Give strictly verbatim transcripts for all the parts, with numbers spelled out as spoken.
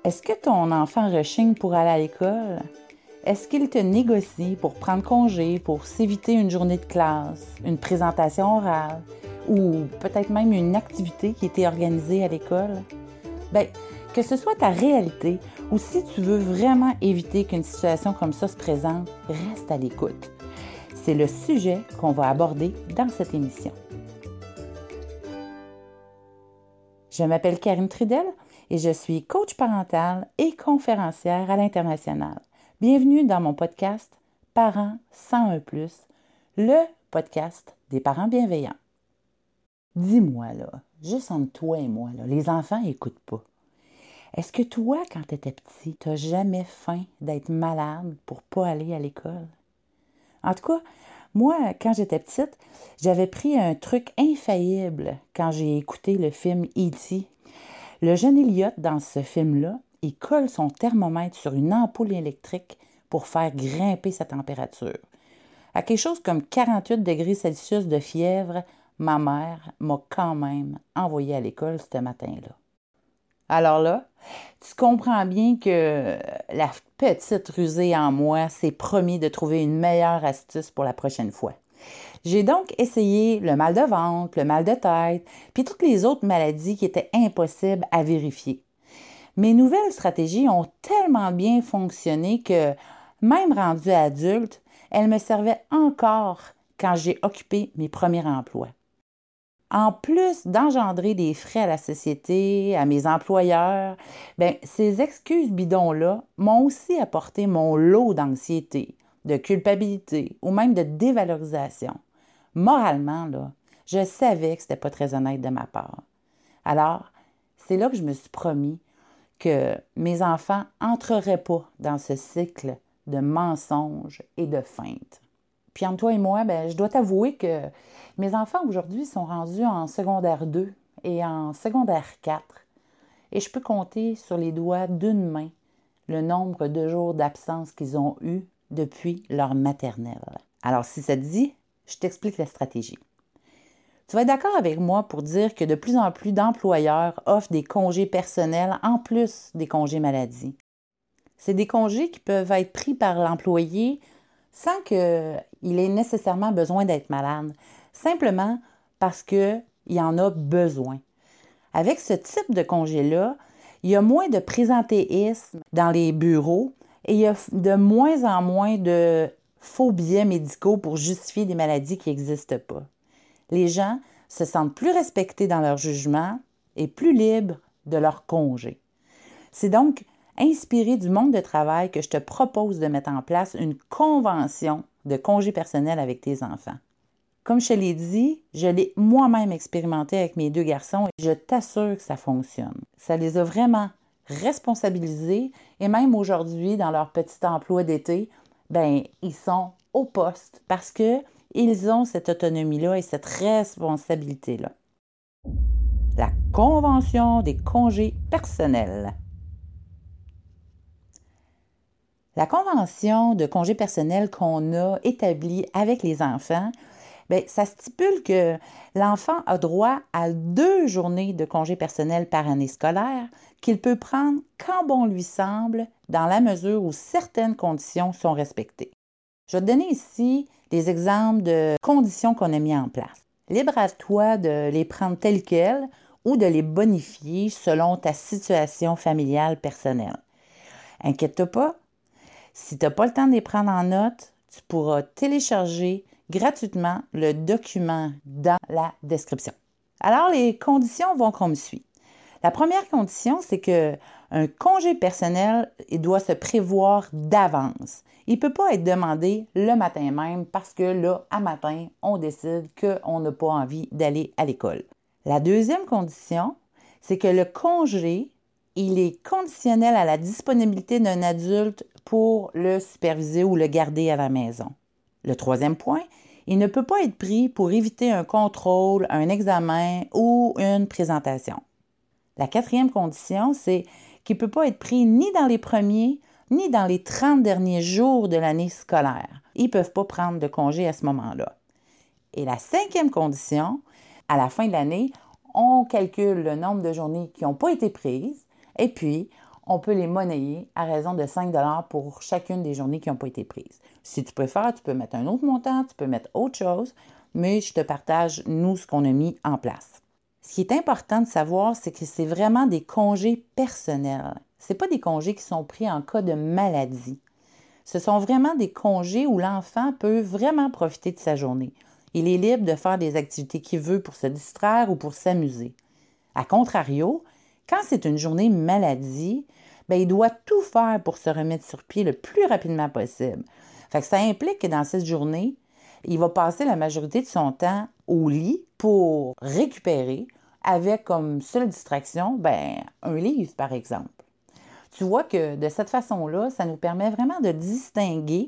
Est-ce que ton enfant rechigne pour aller à l'école? Est-ce qu'il te négocie pour prendre congé, pour s'éviter une journée de classe, une présentation orale ou peut-être même une activité qui était organisée à l'école? Bien, que ce soit ta réalité ou si tu veux vraiment éviter qu'une situation comme ça se présente, reste à l'écoute. C'est le sujet qu'on va aborder dans cette émission. Je m'appelle Karine Trudel et je suis coach parental et conférencière à l'international. Bienvenue dans mon podcast Parents cent un plus, le podcast des parents bienveillants. Dis-moi là, juste entre toi et moi, là, les enfants n'écoutent pas. Est-ce que toi, quand tu étais petit, tu n'as jamais faim d'être malade pour ne pas aller à l'école? En tout cas, moi, quand j'étais petite, j'avais pris un truc infaillible quand j'ai écouté le film E T Le jeune Elliot, dans ce film-là, il colle son thermomètre sur une ampoule électrique pour faire grimper sa température. À quelque chose comme quarante-huit degrés Celsius de fièvre, ma mère m'a quand même envoyé à l'école ce matin-là. Alors là, tu comprends bien que la petite rusée en moi s'est promis de trouver une meilleure astuce pour la prochaine fois. J'ai donc essayé le mal de ventre, le mal de tête, puis toutes les autres maladies qui étaient impossibles à vérifier. Mes nouvelles stratégies ont tellement bien fonctionné que, même rendue adulte, elles me servaient encore quand j'ai occupé mes premiers emplois. En plus d'engendrer des frais à la société, à mes employeurs, bien, ces excuses bidons-là m'ont aussi apporté mon lot d'anxiété, de culpabilité ou même de dévalorisation. Moralement, là, je savais que ce n'était pas très honnête de ma part. Alors, c'est là que je me suis promis que mes enfants n'entreraient pas dans ce cycle de mensonges et de feintes. Puis entre toi et moi, ben, je dois t'avouer que mes enfants aujourd'hui sont rendus en secondaire deux et en secondaire quatre. Et je peux compter sur les doigts d'une main le nombre de jours d'absence qu'ils ont eu depuis leur maternelle. Alors, si ça te dit, je t'explique la stratégie. Tu vas être d'accord avec moi pour dire que de plus en plus d'employeurs offrent des congés personnels en plus des congés maladie. C'est des congés qui peuvent être pris par l'employé sans qu'il ait nécessairement besoin d'être malade, simplement parce qu'il en a besoin. Avec ce type de congé-là, il y a moins de présentéisme dans les bureaux et il y a de moins en moins de faux billets médicaux pour justifier des maladies qui n'existent pas. Les gens se sentent plus respectés dans leur jugement et plus libres de leur congé. C'est donc inspiré du monde de travail que je te propose de mettre en place une convention de congé personnel avec tes enfants. Comme je te l'ai dit, je l'ai moi-même expérimenté avec mes deux garçons et je t'assure que ça fonctionne. Ça les a vraiment responsabilisés et même aujourd'hui, dans leur petit emploi d'été, ben ils sont au poste parce qu'ils ont cette autonomie-là et cette responsabilité-là. La convention des congés personnels. La convention de congé personnel qu'on a établie avec les enfants, bien, ça stipule que l'enfant a droit à deux journées de congé personnel par année scolaire qu'il peut prendre quand bon lui semble, dans la mesure où certaines conditions sont respectées. Je vais te donner ici des exemples de conditions qu'on a mis en place. Libre à toi de les prendre telles quelles ou de les bonifier selon ta situation familiale personnelle. Inquiète-toi pas, si tu n'as pas le temps de les prendre en note, tu pourras télécharger gratuitement le document dans la description. Alors, les conditions vont comme suit. La première condition, c'est qu'un congé personnel il doit se prévoir d'avance. Il ne peut pas être demandé le matin même parce que là, à matin, on décide qu'on n'a pas envie d'aller à l'école. La deuxième condition, c'est que le congé, il est conditionnel à la disponibilité d'un adulte pour le superviser ou le garder à la maison. Le troisième point, il ne peut pas être pris pour éviter un contrôle, un examen ou une présentation. La quatrième condition, c'est qu'il ne peut pas être pris ni dans les premiers ni dans les trente derniers jours de l'année scolaire. Ils ne peuvent pas prendre de congé à ce moment-là. Et la cinquième condition, à la fin de l'année, on calcule le nombre de journées qui n'ont pas été prises et puis on peut les monnayer à raison de cinq dollars pour chacune des journées qui n'ont pas été prises. Si tu préfères, tu peux mettre un autre montant, tu peux mettre autre chose, mais je te partage, nous, ce qu'on a mis en place. Ce qui est important de savoir, c'est que c'est vraiment des congés personnels. Ce n'est pas des congés qui sont pris en cas de maladie. Ce sont vraiment des congés où l'enfant peut vraiment profiter de sa journée. Il est libre de faire des activités qu'il veut pour se distraire ou pour s'amuser. A contrario, quand c'est une journée maladie, bien, il doit tout faire pour se remettre sur pied le plus rapidement possible. Fait que ça implique que dans cette journée, il va passer la majorité de son temps au lit pour récupérer avec comme seule distraction ben, un livre, par exemple. Tu vois que de cette façon-là, ça nous permet vraiment de distinguer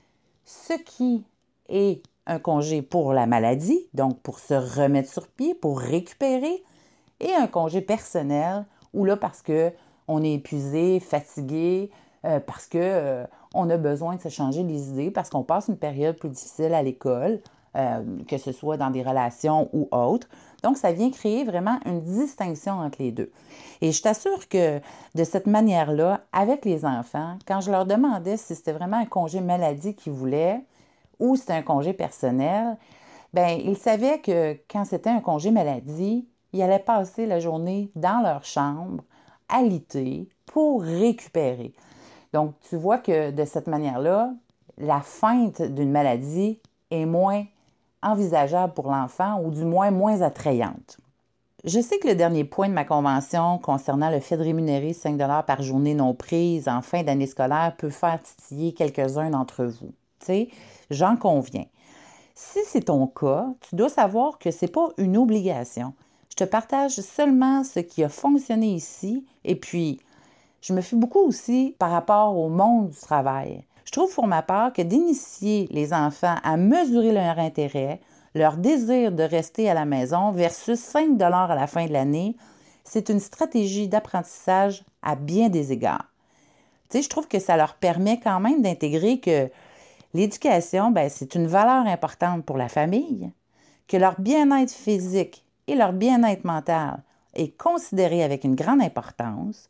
ce qui est un congé pour la maladie, donc pour se remettre sur pied, pour récupérer, et un congé personnel, où là, parce qu'on est épuisé, fatigué, euh, parce qu'on euh, a besoin de se changer les idées, parce qu'on passe une période plus difficile à l'école, euh, que ce soit dans des relations ou autres. Donc, ça vient créer vraiment une distinction entre les deux. Et je t'assure que de cette manière-là, avec les enfants, quand je leur demandais si c'était vraiment un congé maladie qu'ils voulaient ou c'était un congé personnel, bien, ils savaient que quand c'était un congé maladie, ils allaient passer la journée dans leur chambre, alités, pour récupérer. Donc, tu vois que de cette manière-là, la feinte d'une maladie est moins envisageable pour l'enfant ou du moins moins attrayante. Je sais que le dernier point de ma convention concernant le fait de rémunérer cinq dollars par journée non prise en fin d'année scolaire peut faire titiller quelques-uns d'entre vous. Tu sais, j'en conviens. Si c'est ton cas, tu dois savoir que ce n'est pas une obligation. Je te partage seulement ce qui a fonctionné ici et puis je me fie beaucoup aussi par rapport au monde du travail. Je trouve pour ma part que d'initier les enfants à mesurer leur intérêt, leur désir de rester à la maison versus cinq dollars à la fin de l'année, c'est une stratégie d'apprentissage à bien des égards. Tu sais, je trouve que ça leur permet quand même d'intégrer que l'éducation, bien, c'est une valeur importante pour la famille, que leur bien-être physique et leur bien-être mental est considéré avec une grande importance,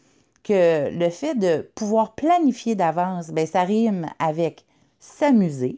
que le fait de pouvoir planifier d'avance, bien, ça rime avec s'amuser,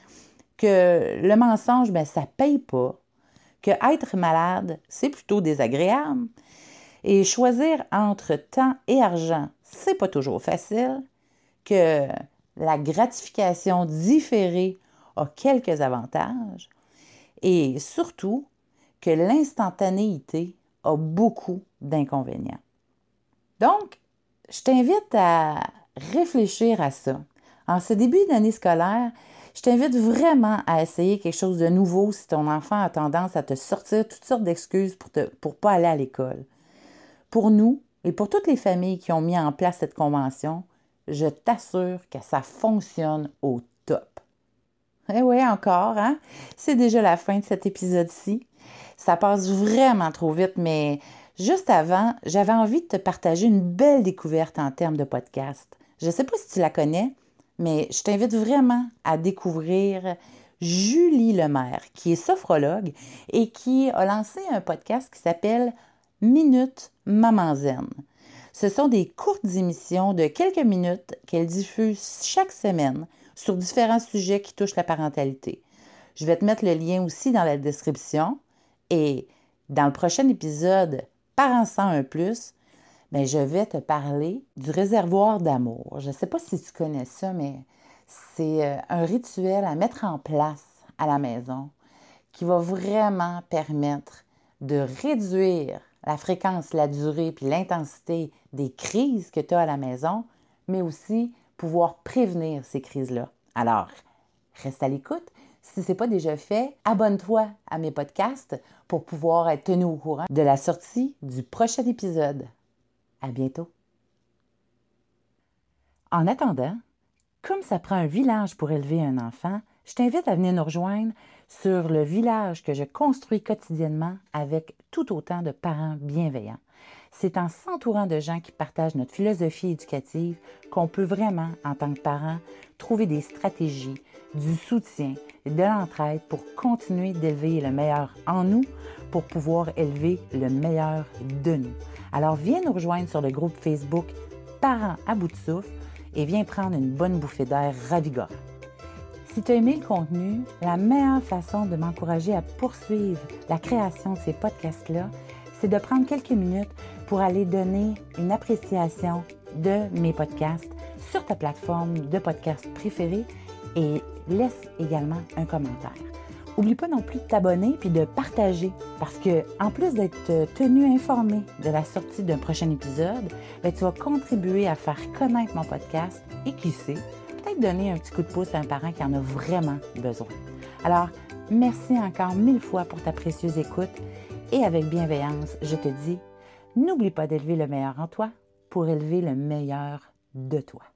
que le mensonge, bien, ça ne paye pas, que être malade, c'est plutôt désagréable, et choisir entre temps et argent, c'est pas toujours facile, que la gratification différée a quelques avantages, et surtout que l'instantanéité a beaucoup d'inconvénients. Donc, je t'invite à réfléchir à ça. En ce début d'année scolaire, je t'invite vraiment à essayer quelque chose de nouveau si ton enfant a tendance à te sortir toutes sortes d'excuses pour ne pour pas aller à l'école. Pour nous et pour toutes les familles qui ont mis en place cette convention, je t'assure que ça fonctionne au top. Eh oui, encore, hein? C'est déjà la fin de cet épisode-ci. Ça passe vraiment trop vite, mais juste avant, j'avais envie de te partager une belle découverte en termes de podcast. Je ne sais pas si tu la connais, mais je t'invite vraiment à découvrir Julie Lemaire, qui est sophrologue et qui a lancé un podcast qui s'appelle Minute Maman Zen. Ce sont des courtes émissions de quelques minutes qu'elle diffuse chaque semaine sur différents sujets qui touchent la parentalité. Je vais te mettre le lien aussi dans la description et dans le prochain épisode Parents cent un plus, bien, je vais te parler du réservoir d'amour. Je ne sais pas si tu connais ça, mais c'est un rituel à mettre en place à la maison qui va vraiment permettre de réduire la fréquence, la durée puis l'intensité des crises que tu as à la maison, mais aussi pouvoir prévenir ces crises-là. Alors, reste à l'écoute. Si ce n'est pas déjà fait, abonne-toi à mes podcasts pour pouvoir être tenu au courant de la sortie du prochain épisode. À bientôt. En attendant, comme ça prend un village pour élever un enfant, je t'invite à venir nous rejoindre sur le village que je construis quotidiennement avec tout autant de parents bienveillants. C'est en s'entourant de gens qui partagent notre philosophie éducative qu'on peut vraiment, en tant que parents, trouver des stratégies, du soutien et de l'entraide pour continuer d'élever le meilleur en nous, pour pouvoir élever le meilleur de nous. Alors viens nous rejoindre sur le groupe Facebook parent à bout de souffle et viens prendre une bonne bouffée d'air ravigorant. Si tu as aimé le contenu, la meilleure façon de m'encourager à poursuivre la création de ces podcasts-là, c'est de prendre quelques minutes pour aller donner une appréciation de mes podcasts sur ta plateforme de podcast préférée et laisse également un commentaire. N'oublie pas non plus de t'abonner puis de partager parce que, en plus d'être tenu informé de la sortie d'un prochain épisode, bien, tu vas contribuer à faire connaître mon podcast et qui sait, peut-être donner un petit coup de pouce à un parent qui en a vraiment besoin. Alors, merci encore mille fois pour ta précieuse écoute et avec bienveillance, je te dis, n'oublie pas d'élever le meilleur en toi pour élever le meilleur de toi.